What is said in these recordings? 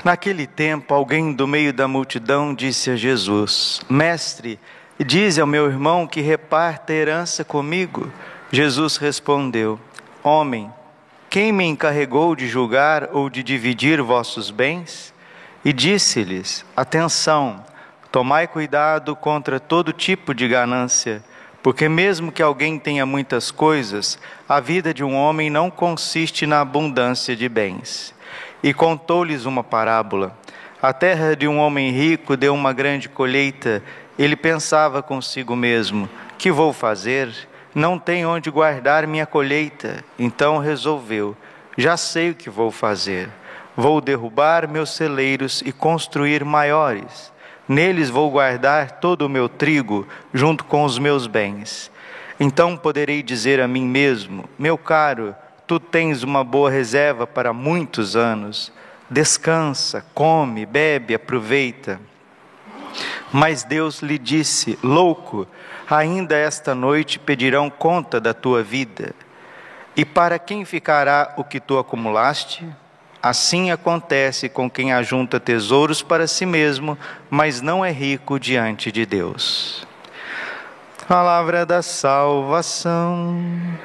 Naquele tempo, alguém do meio da multidão disse a Jesus: Mestre, dize ao meu irmão que reparta a herança comigo. Jesus respondeu: Homem, quem me encarregou de julgar ou de dividir vossos bens? E disse-lhes: Atenção, tomai cuidado contra todo tipo de ganância, porque mesmo que alguém tenha muitas coisas, a vida de um homem não consiste na abundância de bens. E contou-lhes uma parábola. A terra de um homem rico deu uma grande colheita. Ele pensava consigo mesmo: que vou fazer? Não tenho onde guardar minha colheita. Então resolveu: já sei o que vou fazer. Vou derrubar meus celeiros e construir maiores. Neles vou guardar todo o meu trigo, junto com os meus bens. Então poderei dizer a mim mesmo: meu caro, tu tens uma boa reserva para muitos anos. Descansa, come, bebe, aproveita. Mas Deus lhe disse: louco, ainda esta noite pedirão conta da tua vida. E para quem ficará o que tu acumulaste? Assim acontece com quem ajunta tesouros para si mesmo, mas não é rico diante de Deus. Palavra da salvação.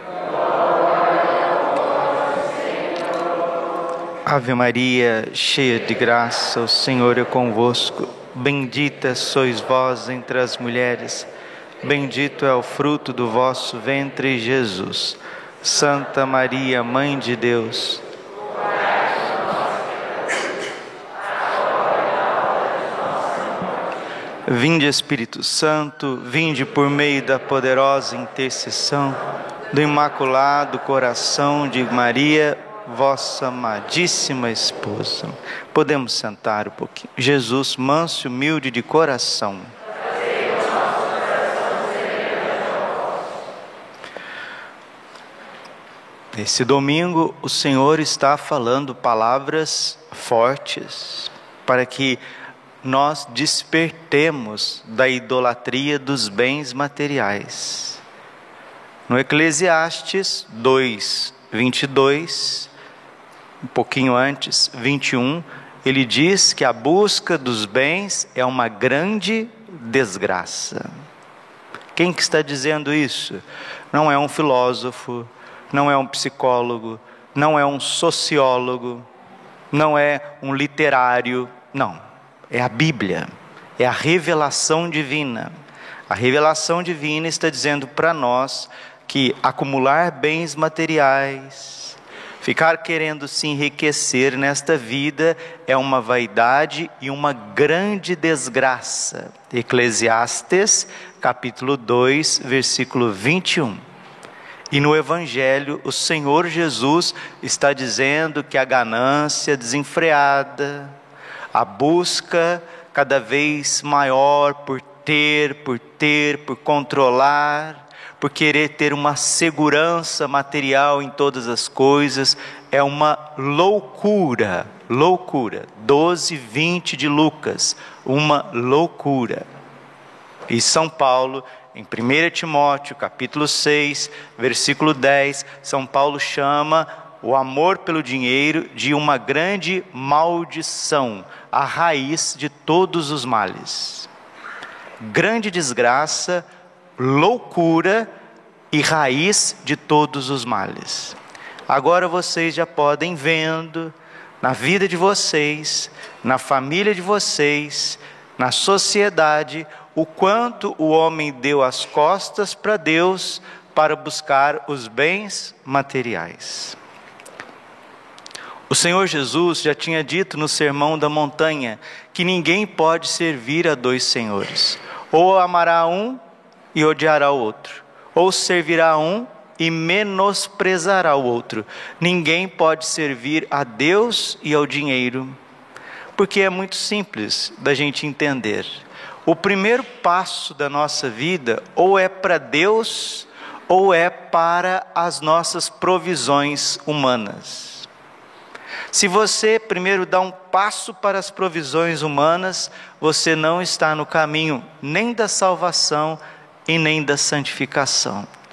Ave Maria, cheia de graça, o Senhor é convosco. Bendita sois vós entre as mulheres. Bendito é o fruto do vosso ventre, Jesus. Santa Maria, Mãe de Deus. Vinde, Espírito Santo, vinde por meio da poderosa intercessão do Imaculado Coração de Maria, vossa amadíssima esposa. Podemos sentar um pouquinho. Jesus, manso e humilde de coração. Esse domingo o Senhor está falando palavras fortes para que nós despertemos da idolatria dos bens materiais. No Eclesiastes 2, 22, um pouquinho antes, 21, ele diz que a busca dos bens é uma grande desgraça. Quem que está dizendo isso? Não é um filósofo, não é um psicólogo, não é um sociólogo, não é um literário, não. É a Bíblia, é a revelação divina. A revelação divina está dizendo para nós que acumular bens materiais, ficar querendo se enriquecer nesta vida é uma vaidade e uma grande desgraça. Eclesiastes, capítulo 2, versículo 21. E no Evangelho, o Senhor Jesus está dizendo que a ganância desenfreada, a busca cada vez maior por por controlar, por querer ter uma segurança material em todas as coisas, é uma loucura, loucura. 12, 20 de Lucas, uma loucura. E São Paulo, em 1 Timóteo, capítulo 6, versículo 10, São Paulo chama o amor pelo dinheiro de uma grande maldição, a raiz de todos os males. Grande desgraça, loucura e raiz de todos os males. Agora vocês já podem vendo na vida de vocês, na família de vocês, na sociedade, o quanto o homem deu as costas para Deus para buscar os bens materiais. O Senhor Jesus já tinha dito no Sermão da Montanha que ninguém pode servir a dois senhores. Ou amará um e odiará o outro, ou servirá um e menosprezará o outro. Ninguém pode servir a Deus e ao dinheiro, porque é muito simples da gente entender. O primeiro passo da nossa vida ou é para Deus ou é para as nossas provisões humanas. Se você primeiro dá um passo para as provisões humanas, você não está no caminho nem da salvação e nem da santificação.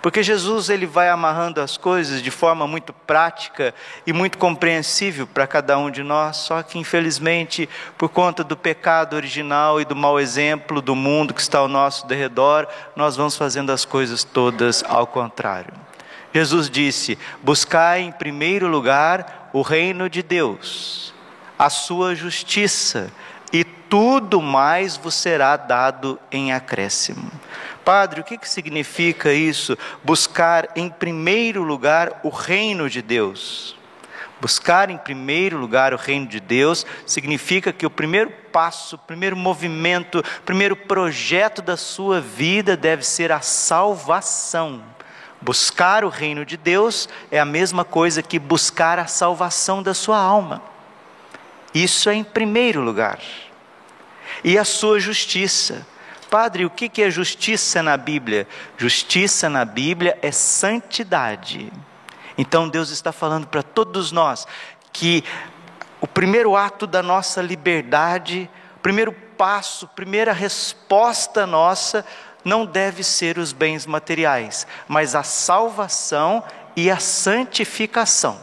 Porque Jesus ele vai amarrando as coisas de forma muito prática e muito compreensível para cada um de nós, só que infelizmente por conta do pecado original e do mau exemplo do mundo que está ao nosso derredor, nós vamos fazendo as coisas todas ao contrário. Jesus disse: buscai em primeiro lugar o reino de Deus, a sua justiça, e tudo mais vos será dado em acréscimo. Padre, o que significa isso? Buscar em primeiro lugar o reino de Deus. Buscar em primeiro lugar o reino de Deus significa que o primeiro passo, o primeiro movimento, o primeiro projeto da sua vida deve ser a salvação. Buscar o reino de Deus é a mesma coisa que buscar a salvação da sua alma. Isso é em primeiro lugar. E a sua justiça. Padre, o que é justiça na Bíblia? Justiça na Bíblia é santidade. Então Deus está falando para todos nós que o primeiro ato da nossa liberdade, o primeiro passo, a primeira resposta nossa não deve ser os bens materiais, mas a salvação e a santificação.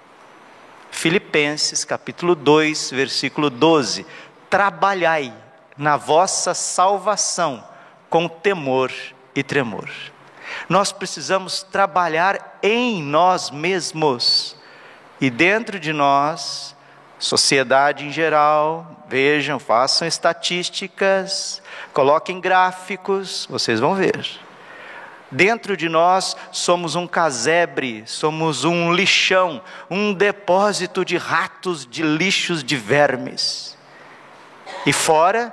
Filipenses capítulo 2, versículo 12: trabalhai na vossa salvação com temor e tremor. Nós precisamos trabalhar em nós mesmos e dentro de nós, sociedade em geral, vejam, façam estatísticas, coloquem gráficos, vocês vão ver. Dentro de nós somos um casebre, somos um lixão, um depósito de ratos, de lixos, de vermes. E fora,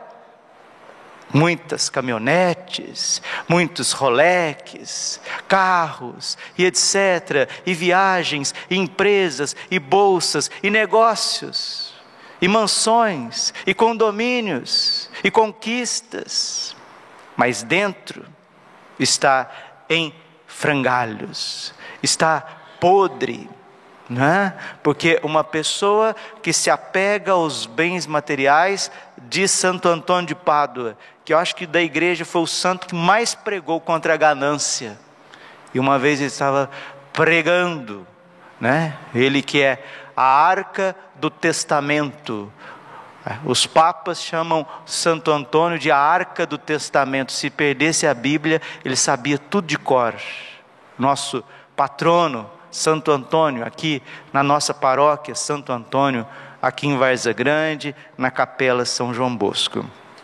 muitas caminhonetes, muitos Rolex, carros e etc. E viagens, e empresas, e bolsas, e negócios, e mansões, e condomínios, e conquistas. Mas dentro está em frangalhos, está podre, não é? Porque uma pessoa que se apega aos bens materiais, diz Santo Antônio de Pádua, que eu acho que da igreja foi o santo que mais pregou contra a ganância. E uma vez ele estava pregando, né? Ele que é a arca do testamento. Os papas chamam Santo Antônio de a arca do testamento. Se perdesse a Bíblia, ele sabia tudo de cor. Nosso patrono, Santo Antônio, aqui na nossa paróquia, Santo Antônio, aqui em Várzea Grande, na Capela São João Bosco.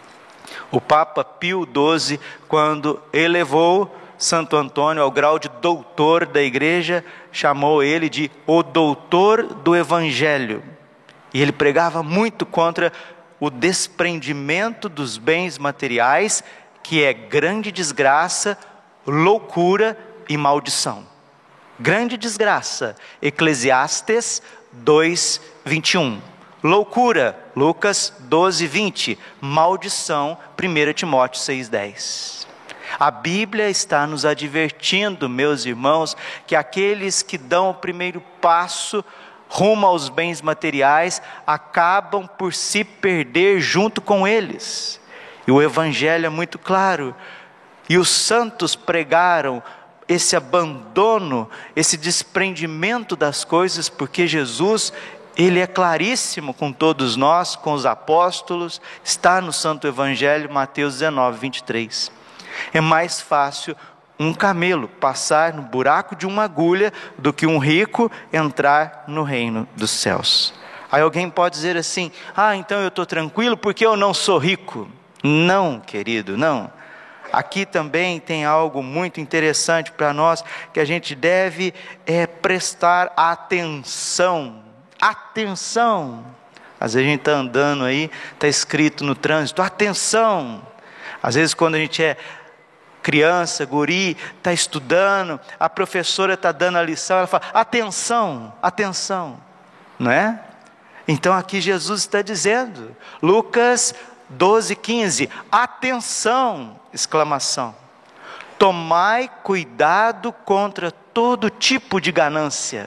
O Papa Pio XII, quando elevou Santo Antônio ao grau de doutor da igreja, chamou ele de o doutor do Evangelho. E ele pregava muito contra o desprendimento dos bens materiais, que é grande desgraça, loucura e maldição. Grande desgraça, Eclesiastes 2, 21. Loucura, Lucas 12, 20. Maldição, 1 Timóteo 6, 10. A Bíblia está nos advertindo, meus irmãos, que aqueles que dão o primeiro passo rumo aos bens materiais, acabam por se perder junto com eles. E o Evangelho é muito claro. E os santos pregaram esse abandono, esse desprendimento das coisas, porque Jesus, ele é claríssimo com todos nós, com os apóstolos, está no Santo Evangelho, Mateus 19, 23. É mais fácil um camelo passar no buraco de uma agulha do que um rico entrar no reino dos céus. Aí alguém pode dizer assim: então eu estou tranquilo porque eu não sou rico. Não, querido, não. Aqui também tem algo muito interessante para nós, que a gente deve prestar atenção. Atenção! Às vezes a gente está andando aí, está escrito no trânsito, atenção! Às vezes quando a gente é criança, guri, está estudando, a professora está dando a lição, ela fala, atenção, atenção, não é? Então aqui Jesus está dizendo, Lucas 12, 15, atenção, exclamação, tomai cuidado contra todo tipo de ganância,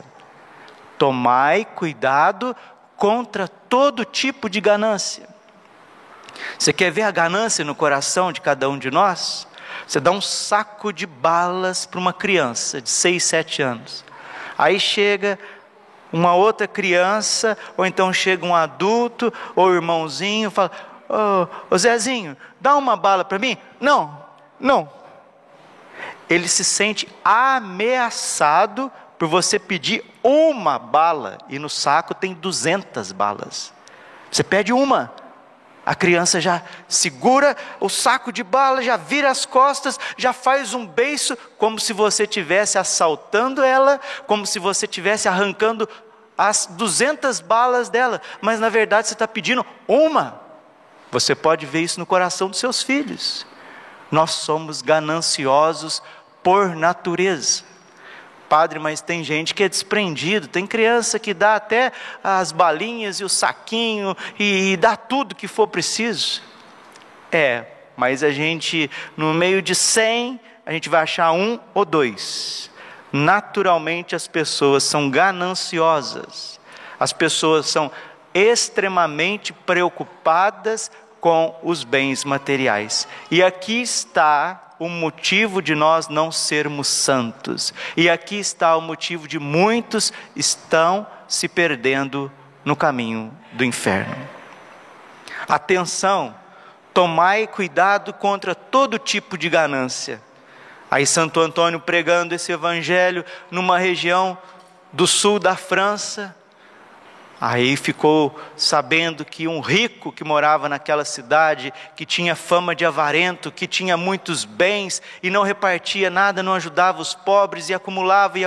tomai cuidado contra todo tipo de ganância. Você quer ver a ganância no coração de cada um de nós? Você dá um saco de balas para uma criança de 6, 7 anos. Aí chega uma outra criança, ou então chega um adulto, ou irmãozinho, fala: ô Zezinho, dá uma bala para mim? Não. Ele se sente ameaçado por você pedir uma bala, e no saco tem 200 balas. Você pede uma, a criança já segura o saco de bala, já vira as costas, já faz um beiço, como se você estivesse assaltando ela, como se você estivesse arrancando as 200 balas dela, mas na verdade você está pedindo uma. Você pode ver isso no coração dos seus filhos. Nós somos gananciosos por natureza. Padre, mas tem gente que é desprendido, tem criança que dá até as balinhas e o saquinho, e dá tudo que for preciso. Mas a gente, no meio de 100, a gente vai achar 1 ou 2. Naturalmente as pessoas são gananciosas, as pessoas são extremamente preocupadas com os bens materiais. E aqui está o motivo de nós não sermos santos. E aqui está o motivo de muitos estão se perdendo no caminho do inferno. Atenção, tomai cuidado contra todo tipo de ganância. Aí Santo Antônio pregando esse evangelho numa região do sul da França. Aí ficou sabendo que um rico que morava naquela cidade, que tinha fama de avarento, que tinha muitos bens e não repartia nada, não ajudava os pobres, e acumulava.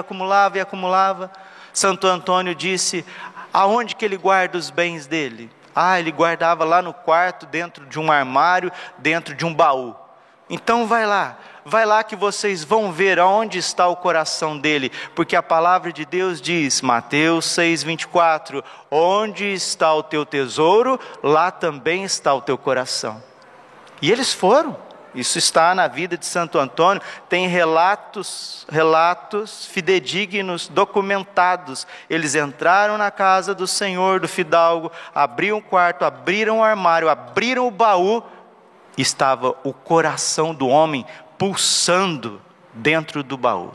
Santo Antônio disse: aonde que ele guarda os bens dele? Ele guardava lá no quarto, dentro de um armário, dentro de um baú. Então vai lá que vocês vão ver aonde está o coração dele, porque a palavra de Deus diz, Mateus 6:24, onde está o teu tesouro, lá também está o teu coração. E eles foram, isso está na vida de Santo Antônio, tem relatos fidedignos, documentados. Eles entraram na casa do senhor, do fidalgo, abriram o quarto, abriram o armário, abriram o baú, estava o coração do homem pulsando dentro do baú.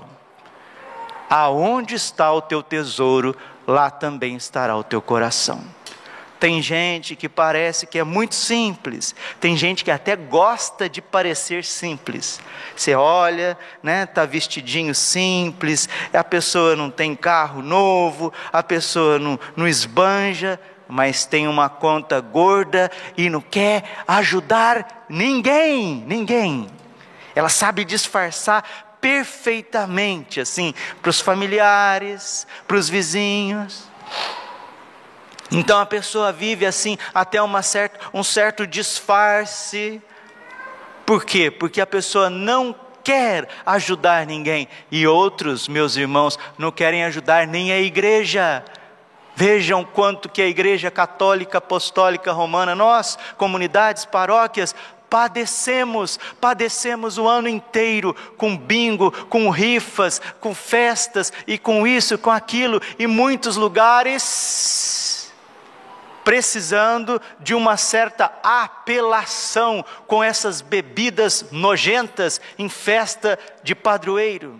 Aonde está o teu tesouro, lá também estará o teu coração. Tem gente que parece que é muito simples, tem gente que até gosta de parecer simples. Você olha, tá vestidinho simples, a pessoa não tem carro novo, a pessoa não esbanja, mas tem uma conta gorda e não quer ajudar ninguém. Ela sabe disfarçar perfeitamente, assim, para os familiares, para os vizinhos. Então a pessoa vive assim, até um certo disfarce. Por quê? Porque a pessoa não quer ajudar ninguém. E outros, meus irmãos, não querem ajudar nem a igreja. Vejam quanto que a Igreja Católica Apostólica Romana, nós, comunidades, paróquias, padecemos o ano inteiro com bingo, com rifas, com festas, e com isso, com aquilo, e muitos lugares precisando de uma certa apelação com essas bebidas nojentas em festa de padroeiro.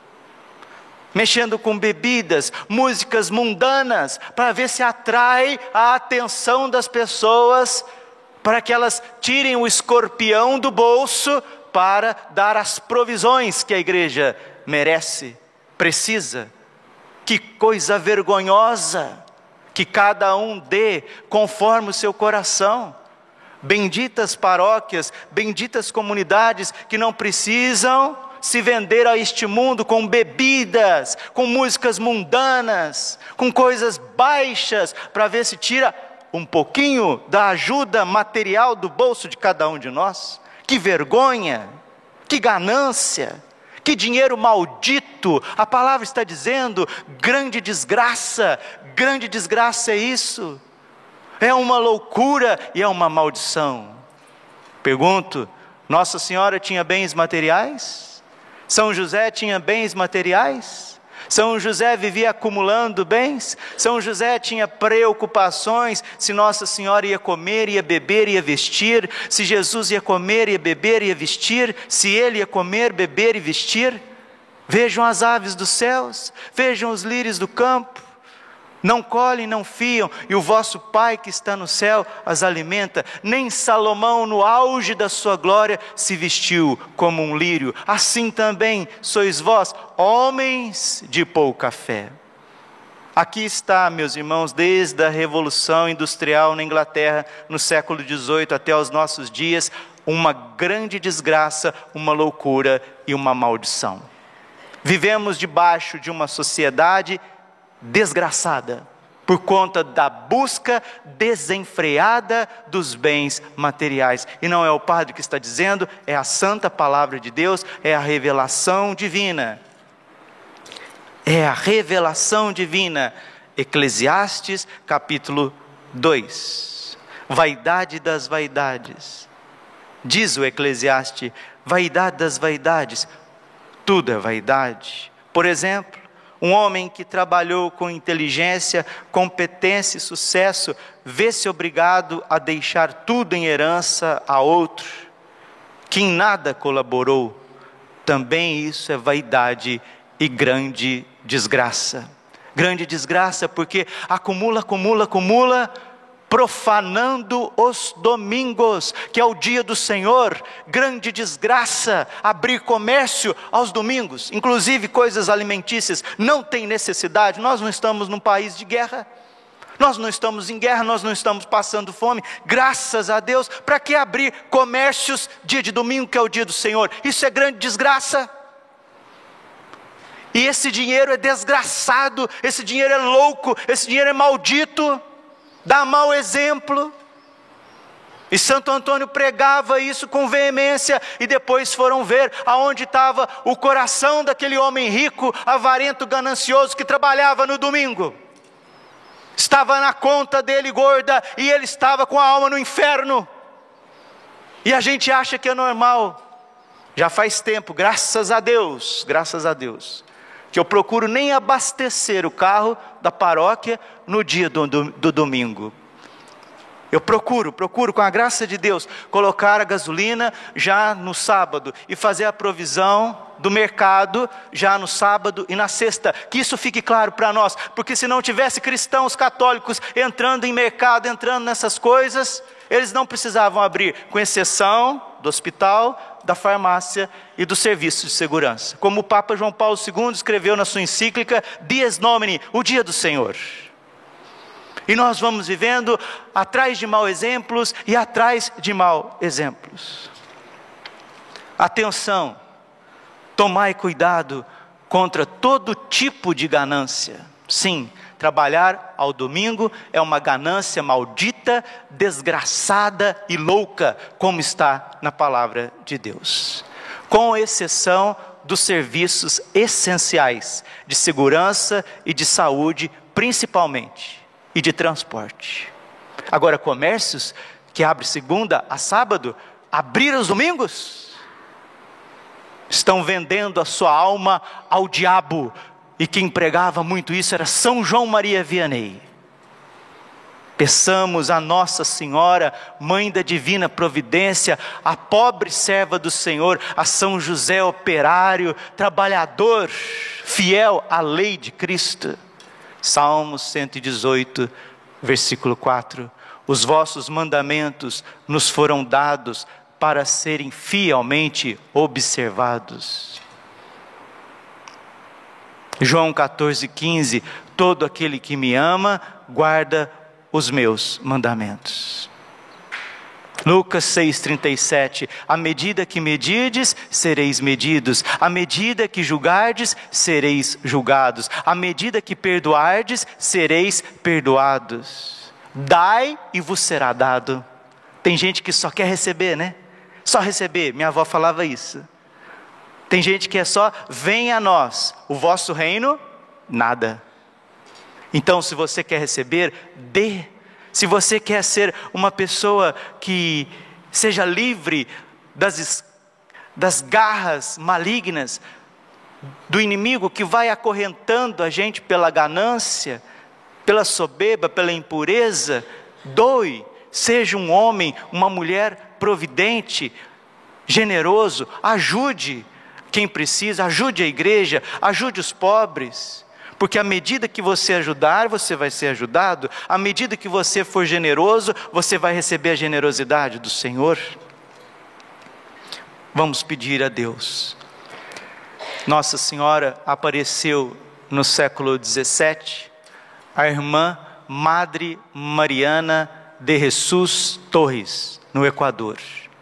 Mexendo com bebidas, músicas mundanas, para ver se atrai a atenção das pessoas, para que elas tirem o escorpião do bolso para dar as provisões que a igreja merece, precisa. Que coisa vergonhosa, que cada um dê conforme o seu coração. Benditas paróquias, benditas comunidades que não precisam se vender a este mundo com bebidas, com músicas mundanas, com coisas baixas, para ver se tira um pouquinho da ajuda material do bolso de cada um de nós. Que vergonha, que ganância, que dinheiro maldito. A palavra está dizendo, grande desgraça é isso. É uma loucura e é uma maldição. Pergunto, Nossa Senhora tinha bens materiais? São José tinha bens materiais? São José vivia acumulando bens. São José tinha preocupações se Nossa Senhora ia comer, ia beber, ia vestir, se Jesus ia comer, ia beber, ia vestir, se ele ia comer, beber e vestir. Vejam as aves dos céus, vejam os lírios do campo, não colhem, não fiam, e o vosso Pai que está no céu as alimenta. Nem Salomão, no auge da sua glória, se vestiu como um lírio. Assim também sois vós, homens de pouca fé. Aqui está, meus irmãos, desde a Revolução Industrial na Inglaterra, no século XVIII até os nossos dias, uma grande desgraça, uma loucura e uma maldição. Vivemos debaixo de uma sociedade desgraçada, por conta da busca desenfreada dos bens materiais. E não é o padre que está dizendo, é a santa palavra de Deus, é a revelação divina. É a revelação divina. Eclesiastes capítulo 2. Vaidade das vaidades. Diz o Eclesiastes, vaidade das vaidades, tudo é vaidade. Por exemplo, um homem que trabalhou com inteligência, competência e sucesso, vê-se obrigado a deixar tudo em herança a outro, que em nada colaborou. Também isso é vaidade e grande desgraça. Grande desgraça porque acumula, profanando os domingos, que é o dia do Senhor. Grande desgraça abrir comércio aos domingos, inclusive coisas alimentícias. Não tem necessidade, nós não estamos num país de guerra, nós não estamos em guerra, nós não estamos passando fome, graças a Deus. Para que abrir comércios dia de domingo, que é o dia do Senhor? Isso é grande desgraça. E esse dinheiro é desgraçado, esse dinheiro é louco, esse dinheiro é maldito, dá mau exemplo. E Santo Antônio pregava isso com veemência, e depois foram ver aonde estava o coração daquele homem rico, avarento, ganancioso, que trabalhava no domingo. Estava na conta dele gorda, e ele estava com a alma no inferno. E a gente acha que é normal. Já faz tempo, graças a Deus, que eu procuro nem abastecer o carro da paróquia no dia do domingo. Eu procuro com a graça de Deus, colocar a gasolina já no sábado e fazer a provisão do mercado já no sábado e na sexta. Que isso fique claro para nós, porque se não tivesse cristãos católicos entrando em mercado, entrando nessas coisas, eles não precisavam abrir, com exceção do hospital, da farmácia e do serviço de segurança. Como o Papa João Paulo II escreveu na sua encíclica Dies Domini, o dia do Senhor. E nós vamos vivendo atrás de maus exemplos e atrás de maus exemplos. Atenção, tomai cuidado contra todo tipo de ganância. Sim, trabalhar ao domingo é uma ganância maldita, desgraçada e louca, como está na palavra de Deus. Com exceção dos serviços essenciais de segurança e de saúde, principalmente, e de transporte. Agora, comércios que abrem segunda a sábado, abrir aos domingos, estão vendendo a sua alma ao diabo. E quem pregava muito isso era São João Maria Vianney. Peçamos a Nossa Senhora, Mãe da Divina Providência, a pobre serva do Senhor, a São José operário, trabalhador, fiel à lei de Cristo. Salmos 118, versículo 4. Os vossos mandamentos nos foram dados para serem fielmente observados. João 14,15, todo aquele que me ama, guarda os meus mandamentos. Lucas 6,37, à medida que medirdes, sereis medidos, à medida que julgardes, sereis julgados, à medida que perdoardes, sereis perdoados. Dai e vos será dado. Tem gente que só quer receber, né? Só receber, minha avó falava isso. Tem gente que é só, venha a nós, o vosso reino, nada. Então, se você quer receber, dê. Se você quer ser uma pessoa que seja livre das garras malignas, do inimigo que vai acorrentando a gente pela ganância, pela soberba, pela impureza. Doe, seja um homem, uma mulher providente, generoso, ajude quem precisa, ajude a igreja, ajude os pobres, porque à medida que você ajudar, você vai ser ajudado, à medida que você for generoso, você vai receber a generosidade do Senhor. Vamos pedir a Deus. Nossa Senhora apareceu no século XVII, a irmã Madre Mariana de Jesus Torres, no Equador.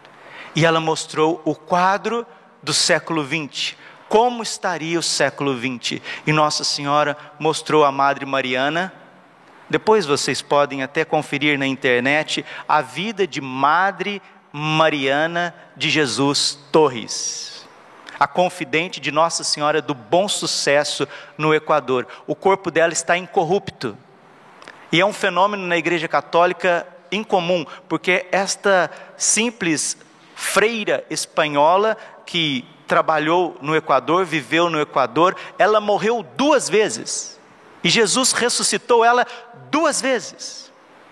E ela mostrou o quadro do século XX, como estaria o século XX. E Nossa Senhora mostrou a Madre Mariana. Depois vocês podem até conferir na internet a vida de Madre Mariana de Jesus Torres, a confidente de Nossa Senhora do Bom Sucesso no Equador. O corpo dela está incorrupto. E é um fenômeno na Igreja Católica incomum, porque esta simples freira espanhola que trabalhou no Equador, viveu no Equador, ela morreu 2 vezes. E Jesus ressuscitou ela 2 vezes.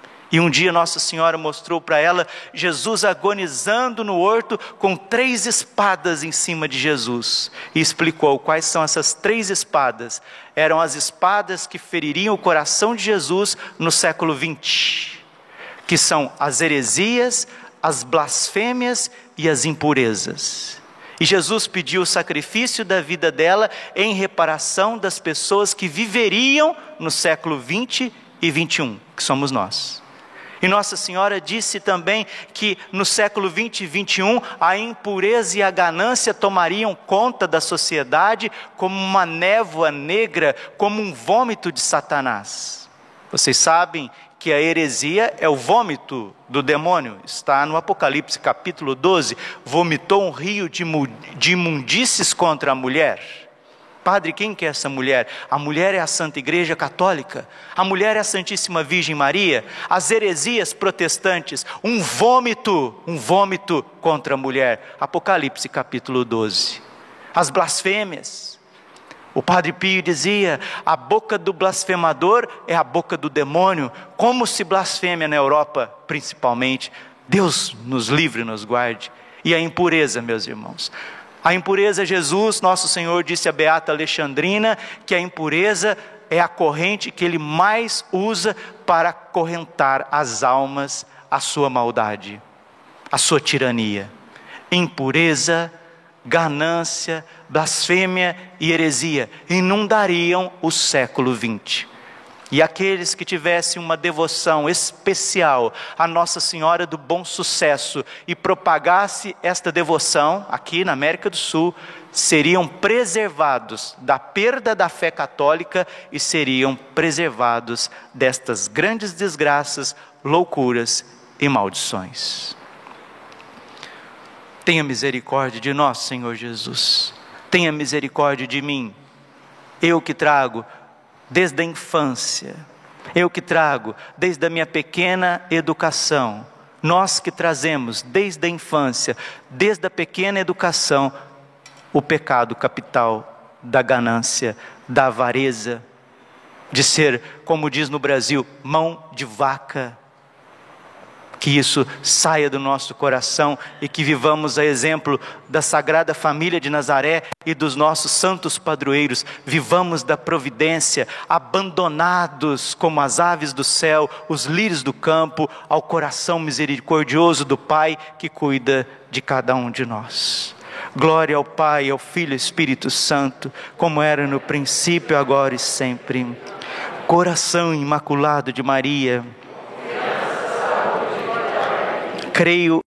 E um dia Nossa Senhora mostrou para ela Jesus agonizando no horto com 3 espadas em cima de Jesus. E explicou quais são essas 3 espadas. Eram as espadas que feririam o coração de Jesus no século XX. Que são as heresias, as blasfêmias e as impurezas. E Jesus pediu o sacrifício da vida dela em reparação das pessoas que viveriam no século 20 e 21, que somos nós. E Nossa Senhora disse também que no século 20 e 21, a impureza e a ganância tomariam conta da sociedade como uma névoa negra, como um vômito de Satanás. Vocês sabem que a heresia é o vômito do demônio, está no Apocalipse capítulo 12, vomitou um rio de imundícies contra a mulher. Padre, quem que é essa mulher? A mulher é a Santa Igreja Católica, a mulher é a Santíssima Virgem Maria. As heresias protestantes, um vômito contra a mulher. Apocalipse capítulo 12. As blasfêmias. O Padre Pio dizia, a boca do blasfemador é a boca do demônio. Como se blasfêmia na Europa, principalmente. Deus nos livre e nos guarde. E a impureza, meus irmãos. A impureza, Jesus, nosso Senhor, disse a Beata Alexandrina, que a impureza é a corrente que Ele mais usa para acorrentar as almas à sua maldade, à sua tirania. Impureza, ganância, blasfêmia e heresia inundariam o século XX. E aqueles que tivessem uma devoção especial a Nossa Senhora do Bom Sucesso e propagasse esta devoção aqui na América do Sul, seriam preservados da perda da fé católica e seriam preservados destas grandes desgraças, loucuras e maldições. Tenha misericórdia de nós, Senhor Jesus. Tenha misericórdia de mim. Eu que trago desde a infância, eu que trago desde a minha pequena educação, nós que trazemos desde a infância, desde a pequena educação, o pecado capital da ganância, da avareza, de ser, como diz no Brasil, mão de vaca. Que isso saia do nosso coração e que vivamos a exemplo da Sagrada Família de Nazaré e dos nossos santos padroeiros. Vivamos da providência, abandonados como as aves do céu, os lírios do campo, ao coração misericordioso do Pai que cuida de cada um de nós. Glória ao Pai, ao Filho e ao Espírito Santo, como era no princípio, agora e sempre. Coração imaculado de Maria, creio